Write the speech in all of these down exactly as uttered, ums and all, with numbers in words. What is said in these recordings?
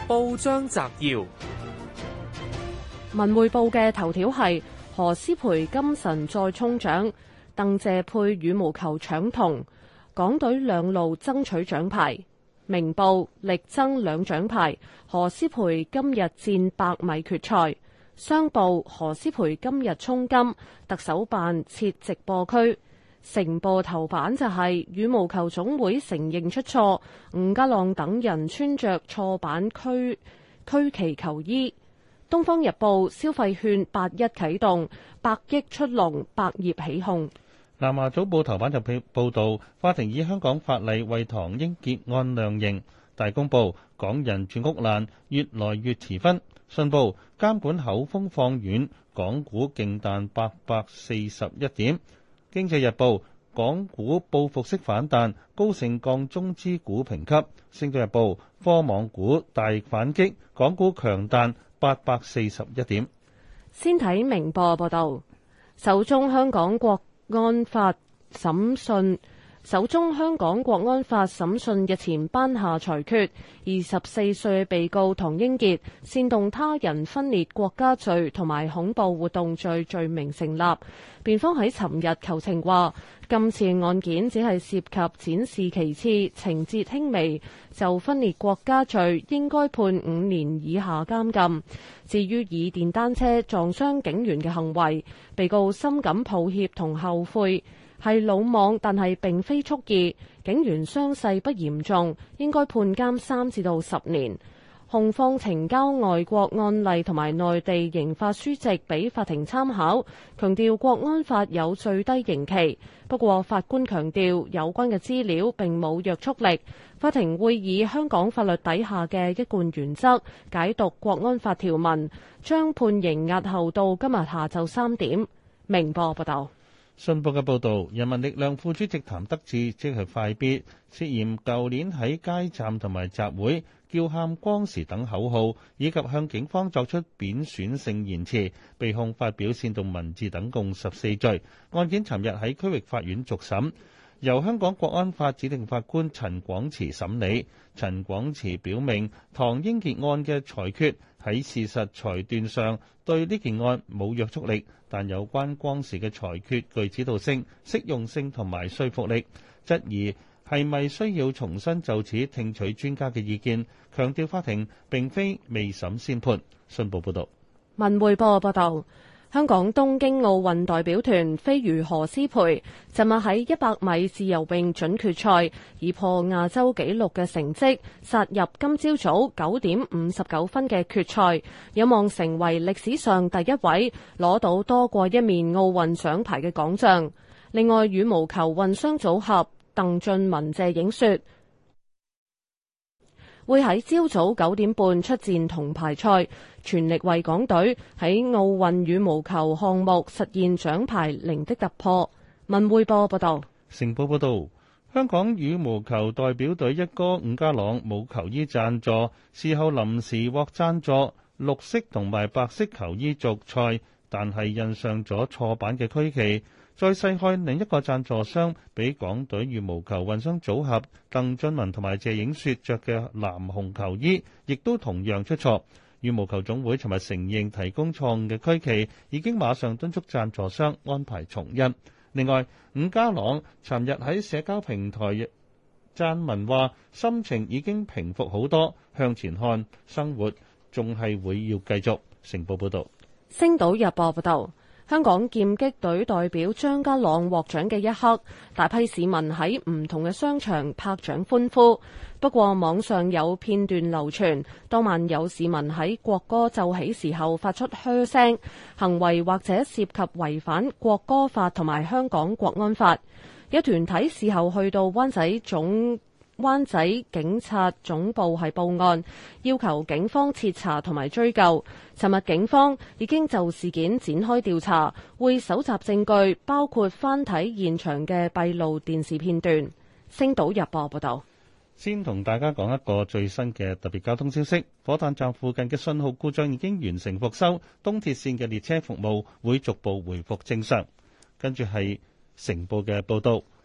報章摘要： 文匯報嘅頭條係何詩蓓金神再衝獎，鄧謝配羽毛球搶銅，港隊兩路爭取獎牌。明報力爭兩獎牌，何詩蓓今日戰百米決賽。商報何詩蓓今日衝金，特首辦設直播區。成報頭版就係羽毛球總會承認出錯，伍家朗等人穿着錯版區區旗球衣。東方日報消費券八一啟動，百億出籠，百業起哄。 南華早報頭版就報道，法庭以香港法例為唐英傑案量刑。大公報港人住屋難，越來越遲分。信報監管口風放軟，港股勁彈八百四十一點。經濟日報港股報復式反彈，高盛降中資股評級。星島日報科網股大反擊，港股強彈八百四十一點。 先睇明報報道，首宗香港國安法審訊。首宗香港國安法審訊日前頒下裁決，二十四歲被告唐英傑煽動他人分裂國家罪同埋恐怖活動罪罪名成立。辯方喺尋日求情話，今次案件只係涉及展示旗幟，情節輕微，就分裂國家罪應該判五年以下監禁。至於以電單車撞傷警員嘅行為，被告深感抱歉同後悔。係魯莽，但係並非蓄意。警員傷勢不嚴重，應該判監三至到十年。控方呈交外國案例同埋內地刑法書籍俾法庭參考，強調國安法有最低刑期。不過法官強調有關嘅資料並冇約束力，法庭會以香港法律底下嘅一貫原則解讀國安法條文，將判刑押後到今日下晝三點。明報報道。 信報嘅報導，人民力量副主席譚德志即係快必涉嫌舊年喺街站同埋集會叫喊光時等口號，以及向警方作出貶損性言辭，被控發表煽動文字等共十四罪。案件尋日喺區域法院續審，由香港國安法指定法官陳廣慈審理。陳廣慈表明，唐英傑案嘅裁決喺事實裁斷上對呢件案冇約束力，但有關光時嘅裁決具指導性、適用性同埋說服力，質疑係咪需要重新就此聽取專家嘅意見，強調法庭並非未審先判。信報報道。 文匯報報道，香港東京奧運代表團飛魚何詩蓓尋日喺一百米自由泳準決賽以破亞洲紀錄嘅成績殺入今朝早九點五十九分嘅決賽，有望成為歷史上第一位攞到多過一面奧運獎牌嘅港將。另外，羽毛球混雙組合鄧俊文謝影雪會喺朝早九點半出戰銅牌賽，全力為港隊喺奧運羽毛球項目實現獎牌零的突破。文匯報報道。 成報報道，香港羽毛球代表隊一哥伍家朗冇球衣贊助，事後臨時獲贊助綠色同埋白色球衣續賽，但係印上咗錯版嘅區旗。再細看另一個贊助商，俾港隊羽毛球混雙組合鄧俊文同埋謝影雪着嘅藍紅球衣，亦都同樣出錯。羽毛球總會尋日承認提供錯誤嘅區旗，已經馬上敦促贊助商安排重印。另外，伍家朗尋日喺社交平台撰文話，心情已經平復好多，向前看，生活仲係會要繼續。成報報導。 星島日報報道。香港劍擊隊代表張家朗獲獎嘅一刻，大批市民喺唔同嘅商場拍掌歡呼。不過網上有片段流傳，當晚有市民喺國歌奏起時候發出噓聲，行為或者涉及違反國歌法同埋香港國安法。有團體事後去到灣仔總灣仔警察總部係報案，要求警方徹查同埋追究。尋日警方已經就事件展開調查，會搜集證據，包括翻睇現場嘅閉路電視片段。星島日報報道。 先同大家講一個最新嘅特別交通消息，火炭站附近嘅信號故障已經完成復修，東鐵線嘅列車服務會逐步回復正常。跟住係成報嘅報道。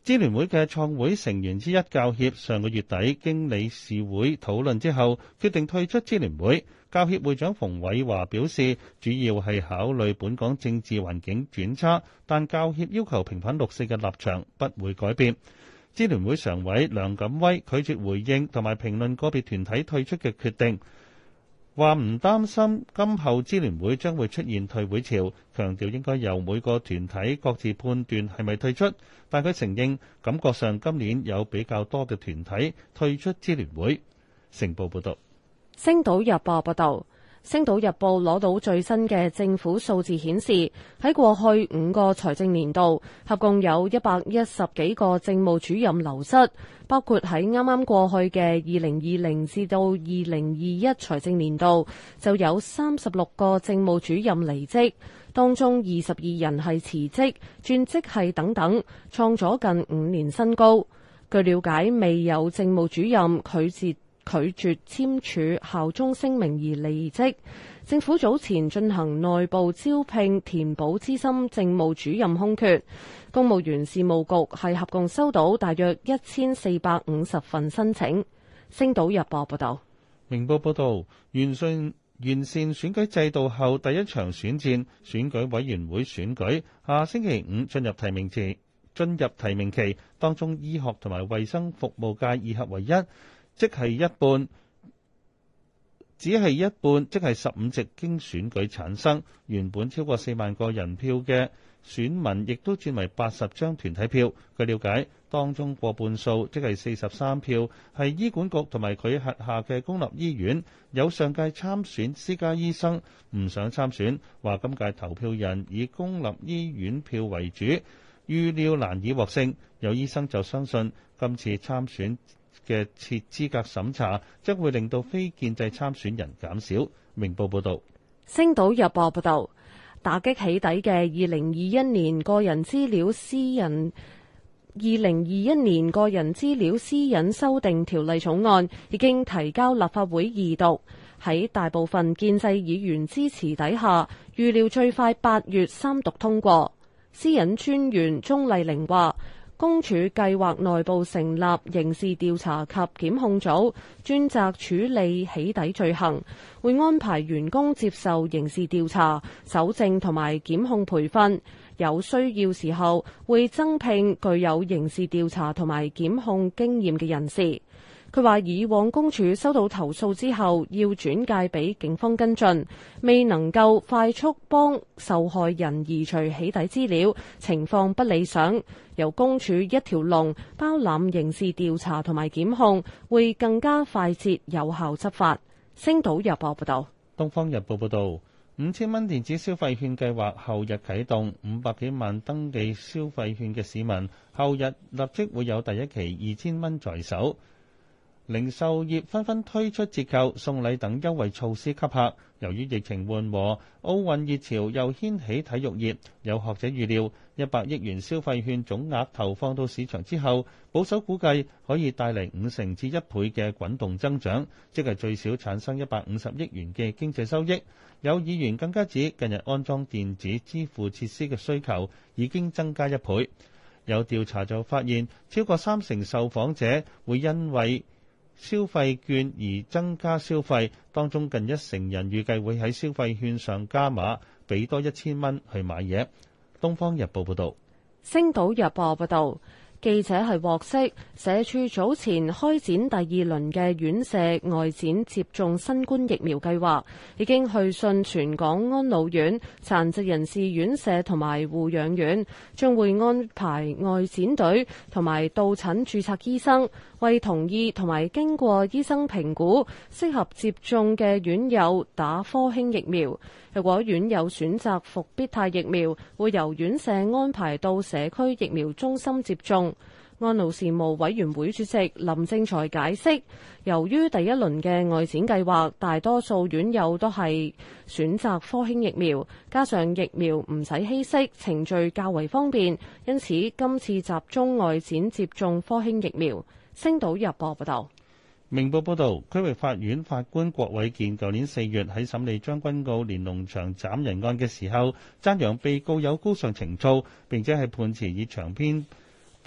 支聯會嘅創會成員之一教協上個月底經理事會討論之後，決定退出支聯會。教協會長馮偉華表示，主要係考慮本港政治環境轉差，但教協要求平反六四嘅立場不會改變。支聯會常委梁錦威拒絕回應同埋評論個別團體退出嘅決定，話唔擔心今後支聯會將會出現退會潮，強調應該由每個團體各自判斷係咪退出。但佢承認感覺上今年有比較多嘅團體退出支聯會。成報報道。 星島日報報道，星島日報攞到最新嘅政府數字顯示，喺過去五個財政年度，合共有一百一十幾個政務主任流失，包括喺啱啱過去嘅二零二零至到二零二一財政年度，就有三十六個政務主任離職，當中二十二人係辭職、轉職係等等，創咗近五年新高。據了解，未有政務主任拒絕拒絕簽署效忠聲明而離職。政府早前進行內部招聘，填補資深政務主任空缺。公務員事務局係合共收到大約一千四百五十份申請。星島日報報道。 明報報道，完善完善選舉制度後第一場選戰選舉委員會選舉下星期五進入提名期，進入提名期當中醫學同埋衛生服務界二合為一，即係一半，只係一半，即係十五席經選舉產生。原本超過四萬個人票嘅選民，亦都轉為八十張團體票。據了解，當中過半數，即係四十三票，係醫管局同埋佢轄下嘅公立醫院。有上屆參選私家醫生唔想參選，話今屆投票人以公立醫院票為主，預料難以獲勝。有醫生就相信今次參選嘅設資格審查將會令到非建制參選人減少。明報報道。 星島日報報道，打擊起底嘅二零二一年個人資料私隱二零二一年個人資料私隱修訂條例草案已經提交立法會二讀，喺大部分建制議員支持底下，預料最快八月三讀通過。私隱專員鍾麗玲話，公署計劃內部成立刑事調查及檢控組，專責處理起底罪行，會安排員工接受刑事調查、搜證同埋檢控培訓，有需要時候會增聘具有刑事調查同埋檢控經驗嘅人士。佢話以往公署收到投訴之後要轉介俾警方跟進，未能夠快速幫受害人移除起底資料，情況不理想。由公署一條龍包攬刑事調查同埋檢控，會更加快捷有效執法。星島日報報道。 東方日報報道，五千蚊電子消費券計劃後日啟動，五百幾萬登記消費券嘅市民後日立即會有第一期二千蚊在手。零售業紛紛推出折扣、送禮等優惠措施吸客。由於疫情緩和，奧運熱潮又掀起體育熱。有學者預料，一百億元消費券總額投放到市場之後，保守估計可以帶嚟五成至一倍嘅滾動增長，即係最少產生一百五十億元嘅經濟收益。有議員更加指，近日安裝電子支付設施嘅需求已經增加一倍。有調查就發現，超過三成受訪者會因為消費券而增加消費，當中近一成人預計會喺消費券上加碼，俾多一千蚊去買嘢。《東方日報》報道。《 星島日報》報道。記者係獲悉，社署早前開展第二輪嘅院舍外展接種新冠疫苗計劃，已經去信全港安老院、殘疾人士院舍同埋護養院，將會安排外展隊同埋到診註冊醫生，為同意同埋經過醫生評估適合接種嘅院友打科興疫苗。如果院友選擇復必泰疫苗，會由院舍安排到社區疫苗中心接種。安老事務委員會主席林正財解釋，由於第一輪嘅外展計劃，大多數院友都係選擇科興疫苗，加上疫苗唔使稀釋，程序較為方便，因此今次集中外展接種科興疫苗。星島日報報道。 明報報導，區域法院法官郭偉健舊年四月喺審理將軍澳連儂牆斬人案嘅時候，讚揚被告有高尚情操，並且係判詞以長篇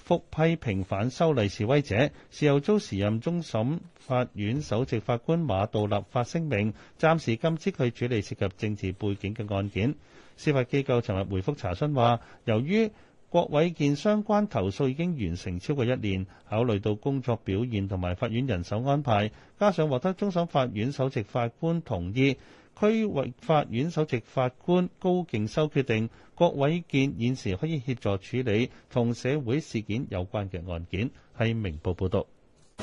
復批平反修例示威者，事後遭時任終審法院首席法官馬道立發聲明，暫時禁止佢處理涉及政治背景嘅案件。司法機構尋日回覆查詢話，由於郭偉健相關投訴已經完成超過一年，考慮到工作表現同埋法院人手安排，加上獲得終審法院首席法官同意，區域法院首席法官高敬修決定，郭偉健現時可以協助處理同社會事件有關嘅案件。係明報報導。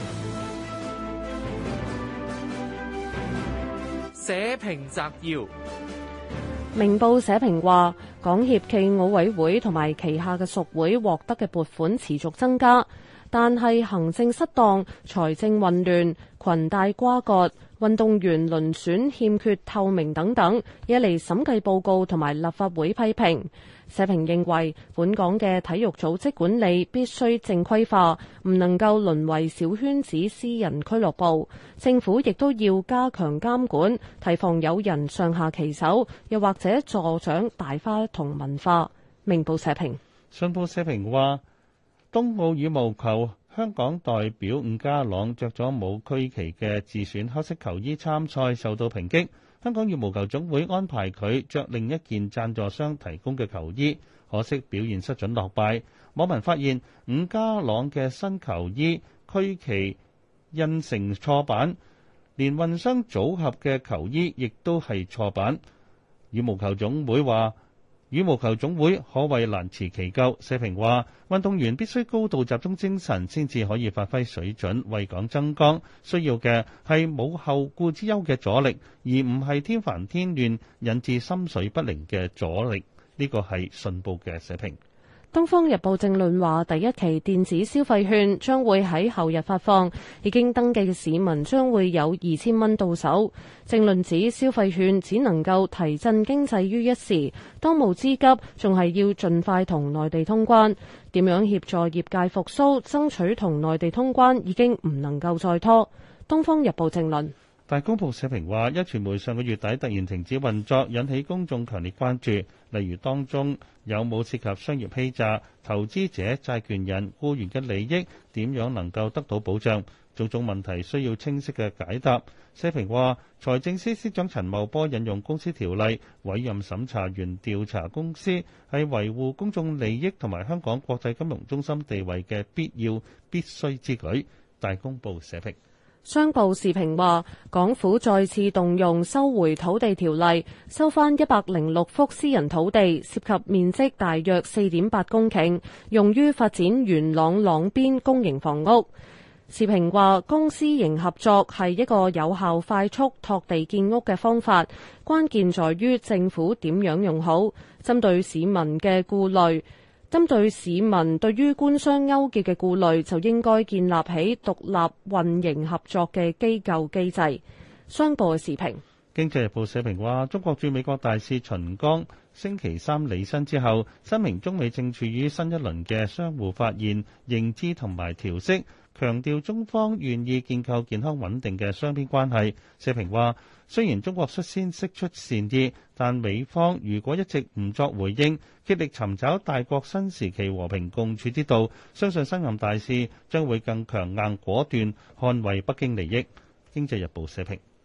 社評摘要。 明報社評話，港協暨奧委會同埋旗下嘅屬會獲得嘅撥款持續增加，但係行政失當、財政混亂、裙帶瓜葛、運動員遴選欠缺透明等等，惹嚟審計報告同埋立法會批評。社評認為，本港嘅體育組織管理必須正規化，唔能夠淪為小圈子私人俱樂部。政府亦都要加強監管，提防有人上下其手，又或者助長大花同文化。明報社評。 信報社評話，東奧羽毛球香港代表伍家朗着咗冇區旗嘅自選黑色球衣參賽，受到抨擊。香港羽毛球總會安排佢着另一件贊助商提供嘅球衣，可惜表現失準落敗。網民發現伍家朗嘅新球衣區旗印成錯版，連混雙組合嘅球衣亦都係錯版。羽毛球總會話，羽毛球總會可謂難辭其咎。社評話，運動員必須高度集中精神，先至可以發揮水準，為港爭光。需要嘅係冇後顧之憂嘅阻力，而唔係添煩添亂引致心水不寧嘅阻力。呢個係信報嘅社評。 《東方日報》正論話，第一期電子消費券將會喺後日發放，已經登記嘅市民將會有二千蚊到手。正論指消費券只能夠提振經濟於一時，當務之急仲係要盡快同內地通關。點樣協助業界復甦，爭取同內地通關已經唔能夠再拖。《東方日報》正論。 大公報社評話，壹傳媒上個月底突然停止運作，引起公眾強烈關注。例如當中有冇涉及商業欺詐、投資者、債權人、僱員嘅利益點樣能夠得到保障？種種問題需要清晰嘅解答。社評話，財政司司長陳茂波引用公司條例委任審查員調查公司，係維護公眾利益同埋香港國際金融中心地位嘅必要必須之舉。大公報社評。 商報時評話，港府再次動用收回土地條例，收翻一百零六幅私人土地，涉及面積大約四點八公頃，用於發展元朗朗邊公營房屋。時評話，公私營合作係一個有效快速拓地建屋嘅方法，關鍵在於政府點樣用好。針對市民嘅顧慮。針對市民對於官商勾結嘅顧慮，就應該建立起獨立運營合作嘅機構機制。商報嘅時評。 經濟日報社評話，中國駐美國大使秦剛星期三履新之後，聲明中美正處於新一輪嘅相互發現、認知同埋調適，強調中方願意建構健康穩定嘅雙邊關係。社評話，雖然中國率先釋出善意，但美方如果一直唔作回應，竭力尋找大國新時期和平共處之道，相信新任大使將會更強硬果斷捍衛北京利益。經濟日報社評。